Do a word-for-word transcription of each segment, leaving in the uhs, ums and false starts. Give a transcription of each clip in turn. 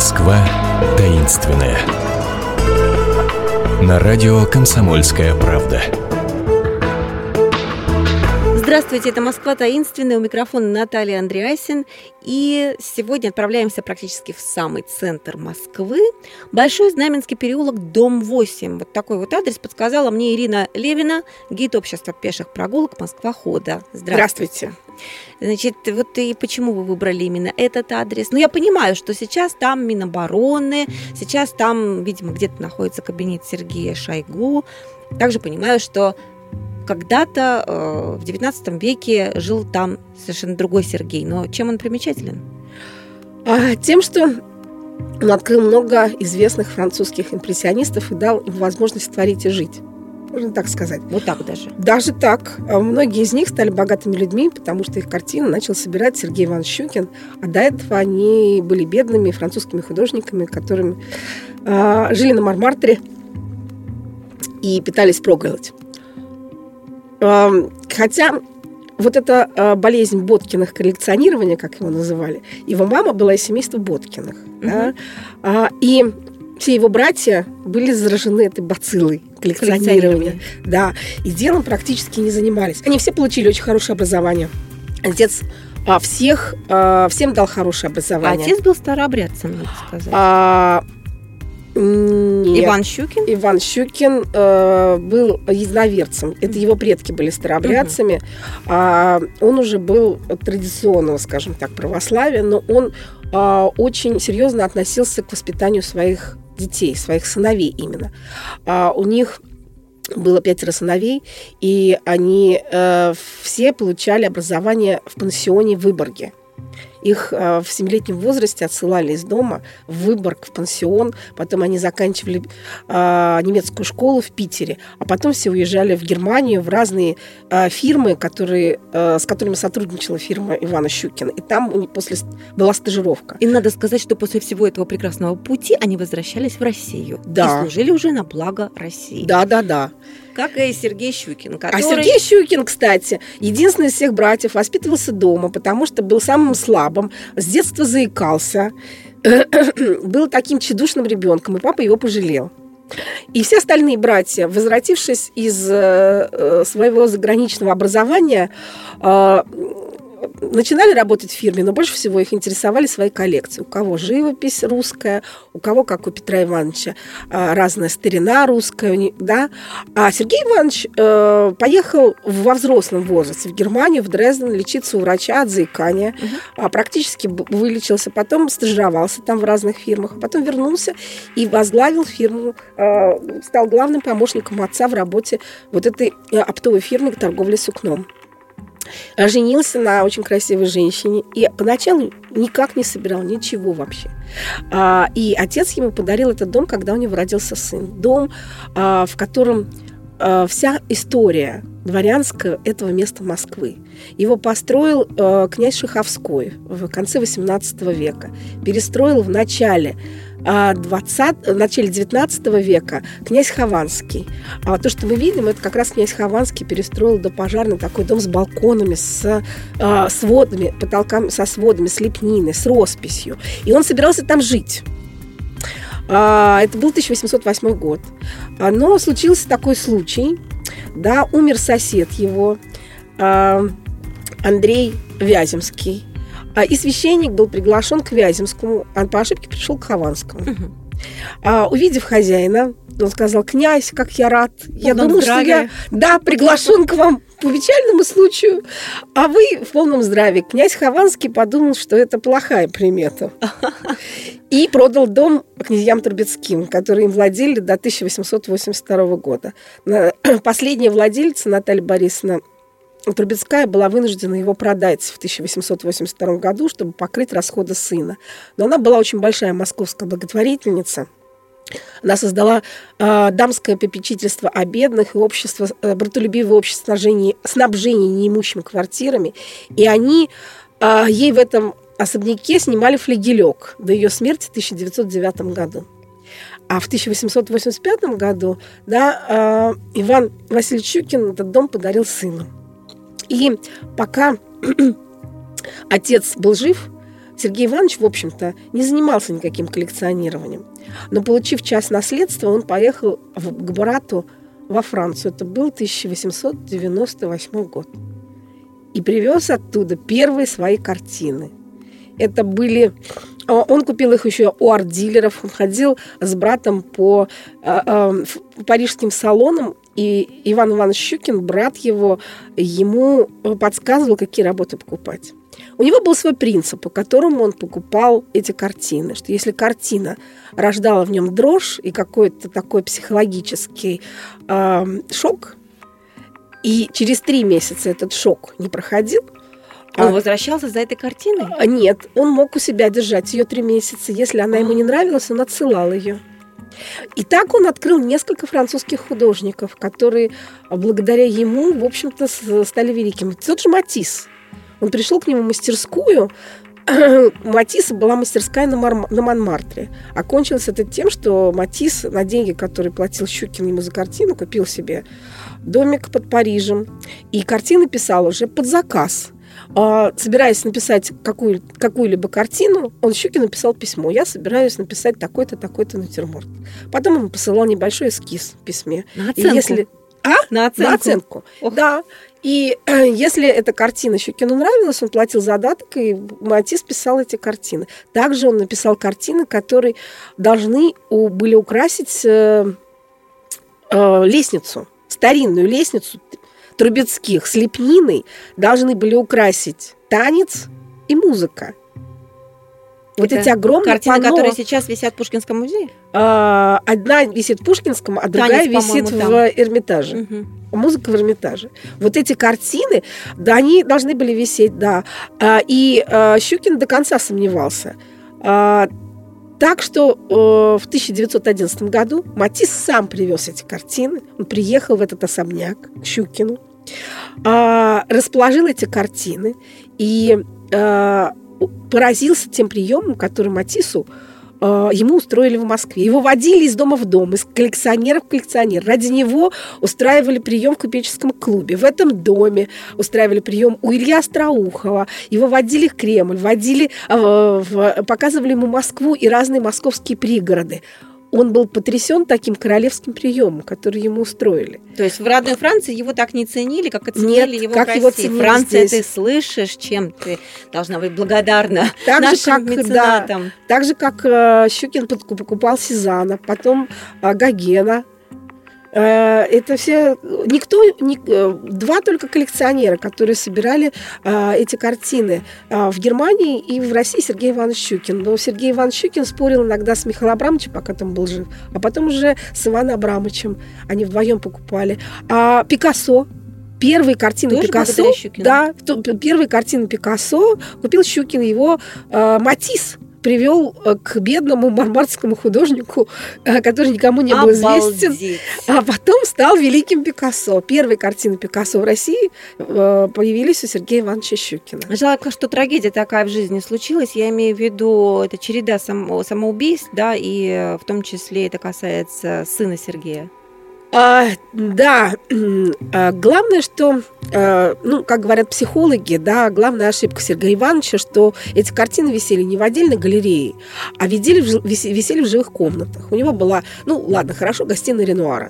Москва таинственная. На радио «Комсомольская правда». Здравствуйте, это «Москва таинственная», у микрофона Наталья Андреасин. И сегодня отправляемся практически в самый центр Москвы. Большой Знаменский переулок, дом восемь. Вот такой вот адрес подсказала мне Ирина Левина, гид общества пеших прогулок «Москвохода». Здравствуйте. Здравствуйте. Значит, вот и почему вы выбрали именно этот адрес? Ну, я понимаю, что сейчас там Минобороны, сейчас там, видимо, где-то находится кабинет Сергея Шойгу. Также понимаю, что когда-то э, в девятнадцатом веке жил там совершенно другой Сергей. Но чем он примечателен? А, тем, что он открыл много известных французских импрессионистов и дал им возможность творить и жить. Можно так сказать. Вот так даже? Даже так. Многие из них стали богатыми людьми, потому что их картины начал собирать Сергей Иванович Щукин. А до этого они были бедными французскими художниками, которые э, жили на Монмартре и питались проголодь. Хотя вот эта э, болезнь Боткиных коллекционирования, как его называли, его мама была из семейства Боткиных. Mm-hmm. Да? А, и все его братья были заражены этой бациллой коллекционирования. Да, и делом практически не занимались. Они все получили очень хорошее образование. Отец а, всех, а, всем дал хорошее образование. А отец был старообрядцем, надо сказать. А, Нет. Иван Щукин? Иван Щукин э, был единоверцем. Это его предки были старообрядцами. Uh-huh. А он уже был традиционного, скажем так, православия, но он э, очень серьезно относился к воспитанию своих детей, своих сыновей именно. А у них было пятеро сыновей, и они э, все получали образование в пансионе в Выборге. Их э, в семилетнем возрасте отсылали из дома в Выборг, в пансион. Потом они заканчивали э, немецкую школу в Питере. А потом все уезжали в Германию, в разные э, фирмы, которые, э, с которыми сотрудничала фирма Ивана Щукина. И там у них после была стажировка. И надо сказать, что после всего этого прекрасного пути они возвращались в Россию. Да. И служили уже на благо России. Да, да, да. Как и Сергей Щукин, который... А Сергей Щукин, кстати, единственный из всех братьев, воспитывался дома, потому что был самым слабым, с детства заикался, был таким тщедушным ребенком, и папа его пожалел. И все остальные братья, возвратившись из э, своего заграничного образования, э, начинали работать в фирме, но больше всего их интересовали свои коллекции. У кого живопись русская, у кого, как у Петра Ивановича, разная старина русская. Да? А Сергей Иванович э, поехал во взрослом возрасте в Германию, в Дрезден, лечиться у врача от заикания. Uh-huh. Практически вылечился, потом стажировался там в разных фирмах, а потом вернулся и возглавил фирму, э, стал главным помощником отца в работе вот этой оптовой фирмы торговли сукном. Женился на очень красивой женщине и поначалу никак не собирал ничего вообще. И отец ему подарил этот дом, когда у него родился сын. Дом, в котором вся история дворянская этого места Москвы. Его построил князь Шаховской в конце восемнадцатого века. Перестроил в начале двадцатого, в начале девятнадцатого века князь Хованский. А то, что мы видим, это как раз князь Хованский перестроил допожарный такой дом с балконами, с а, сводами, потолками, со сводами, с лепниной, с росписью. И он собирался там жить. А, это был тысяча восемьсот восьмой год. А, но случился такой случай. Да, умер сосед его, а, Андрей Вяземский. И священник был приглашен к Вяземскому, а по ошибке пришел к Хованскому. Угу. А, увидев хозяина, он сказал: «Князь, как я рад! Я полном думал, здравии. что я да, приглашен к вам по печальному случаю, а вы в полном здравии». Князь Хованский подумал, что это плохая примета. И продал дом князьям Трубецким, которые им владели до тысяча восемьсот восемьдесят второго года. Последняя владелица, Наталья Борисовна Трубецкая, была вынуждена его продать в тысяча восемьсот восемьдесят втором году, чтобы покрыть расходы сына. Но она была очень большая московская благотворительница. Она создала э, дамское попечительство о бедных и общество, э, братолюбивое общество снабжения, снабжения неимущими квартирами. И они э, ей в этом особняке снимали флигелек до ее смерти в тысяча девятьсот девятом году. А в тысяча восемьсот восемьдесят пятом году да, э, Иван Васильевич Щукин этот дом подарил сыну. И пока отец был жив, Сергей Иванович, в общем-то, не занимался никаким коллекционированием. Но, получив часть наследства, он поехал в, к брату во Францию. Это был тысяча восемьсот девяносто восьмой год. И привез оттуда первые свои картины. Это были... Он купил их еще у арт-дилеров. Он ходил с братом по э, э, парижским салонам. И Иван Иванович Щукин, брат его, ему подсказывал, какие работы покупать. У него был свой принцип, по которому он покупал эти картины. Что если картина рождала в нем дрожь и какой-то такой психологический э, шок, и через три месяца этот шок не проходил, он а, возвращался за этой картиной? Нет, он мог у себя держать ее три месяца. Если она ему не нравилась, он отсылал ее. И так он открыл несколько французских художников, которые благодаря ему, в общем-то, стали великими. Тот же Матисс. Он пришел к нему в мастерскую. У Матисса была мастерская на, Мар- на Монмартре. Окончилось это тем, что Матисс на деньги, которые платил Щукин ему за картину, купил себе домик под Парижем. И картины писал уже под заказ. Собираясь написать какую, какую-либо картину, он Щукину писал письмо. Я собираюсь написать такой-то, такой-то натюрморт. Потом он посылал небольшой эскиз в письме. На оценку? И если... А? На оценку? На оценку. Да. И э, если эта картина Щукину нравилась, он платил задаток, и Матисс писал эти картины. Также он написал картины, которые должны у, были украсить э, э, лестницу, старинную лестницу Трубецких с лепниной, должны были украсить танец и музыка. Вот это эти огромные картины, панно, которые сейчас висят в Пушкинском музее? Э, одна висит в Пушкинском, а другая танец, висит в там. Эрмитаже. Угу. Музыка в Эрмитаже. Вот эти картины, да, они должны были висеть, да. А, и а, Щукин до конца сомневался. А, так что а, в тысяча девятьсот одиннадцатом году Матисс сам привез эти картины. Он приехал в этот особняк к Щукину, а, расположил эти картины и а, поразился тем приемом, который Матиссу ему устроили в Москве. Его водили из дома в дом, из коллекционера в коллекционер. Ради него устраивали прием в купеческом клубе. В этом доме устраивали прием у Ильи Остроухова. Его водили в Кремль, водили, показывали ему Москву и разные московские пригороды. Он был потрясен таким королевским приемом, который ему устроили. То есть в родной Франции его так не ценили, как оценили Нет, его как в России. Его ценили Франция, здесь. ты слышишь, чем ты должна быть благодарна так нашим же, как, меценатам. Да, так же, как э, Щукин покупал Сезанна, потом э, Гогена. Э, это все... Никто... Ни, э, два только коллекционера, которые собирали э, эти картины э, в Германии и в России, Сергей Иванович Щукин. Но Сергей Иванович Щукин спорил иногда с Михаилом Абрамовичем, пока там был жив, а потом уже с Иваном Абрамовичем. Они вдвоем покупали. А Пикассо, первые картины тоже Пикассо, да, первые картины Пикассо купил Щукин, его э, Матисс привел к бедному мармарскому художнику, который никому не был известен, а потом стал великим Пикассо. Первые картины Пикассо в России появились у Сергея Ивановича Щукина. Жалко, что трагедия такая в жизни случилась. Я имею в виду, это череда само, самоубийств, да, и в том числе это касается сына Сергея. А, да, а, главное, что, а, ну, как говорят психологи, да, главная ошибка Сергея Ивановича, что эти картины висели не в отдельной галерее, а висели в, висели в жилых комнатах. У него была, ну, ладно, хорошо, гостиная Ренуара.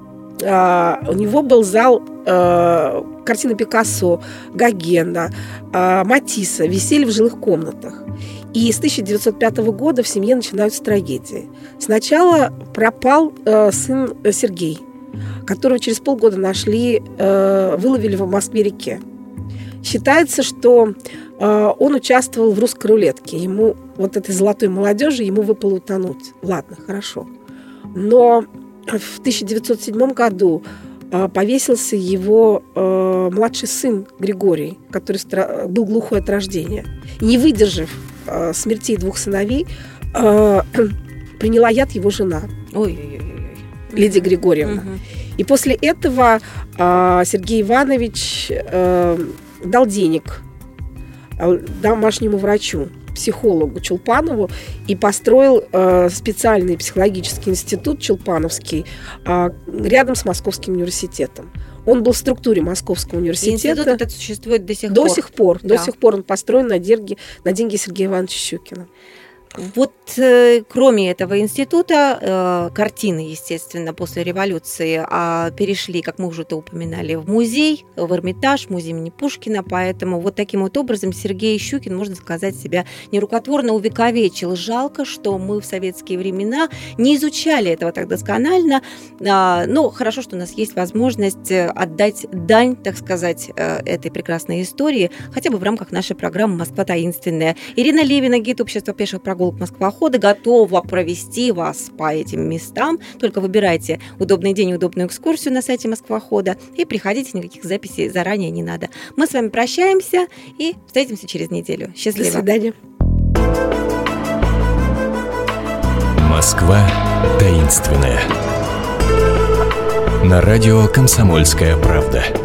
А, у него был зал а, картины Пикассо, Гогена, а, Матисса, висели в жилых комнатах. И с тысяча девятьсот пятого года в семье начинаются трагедии. Сначала пропал э, сын Сергей, которого через полгода нашли, э, выловили в Москве-реке. Считается, что э, он участвовал в русской рулетке. Ему, вот этой золотой молодежи, ему выпало утонуть. Ладно, хорошо. Но в тысяча девятьсот седьмом году э, повесился его э, младший сын Григорий, который стра- был глухой от рождения. Не выдержав смертей двух сыновей, э, приняла яд его жена, Ой-ой-ой. Лидия Григорьевна. Угу. И после этого э, Сергей Иванович э, дал денег домашнему врачу, психологу Чулпанову, и построил э, специальный психологический институт Чулпановский э, рядом с Московским университетом. Он был в структуре Московского университета. Институт этот существует до сих до пор. Сих пор Да. До сих пор он построен на деньги, на деньги Сергея Ивановича Щукина. Вот э, кроме этого института, э, картины, естественно, после революции э, перешли, как мы уже это упоминали, в музей, в Эрмитаж, музей имени Пушкина, поэтому вот таким вот образом Сергей Щукин, можно сказать, себя нерукотворно увековечил. Жалко, что мы в советские времена не изучали этого так досконально, э, но хорошо, что у нас есть возможность отдать дань, так сказать, э, этой прекрасной истории, хотя бы в рамках нашей программы «Москва таинственная». Ирина Левина, гид общества пеших прогулок Москвохода, готова провести вас по этим местам. Только выбирайте удобный день, удобную экскурсию на сайте Москвохода и приходите, никаких записей заранее не надо. Мы с вами прощаемся и встретимся через неделю. Счастливо. До свидания. Москва таинственная. На радио «Комсомольская правда».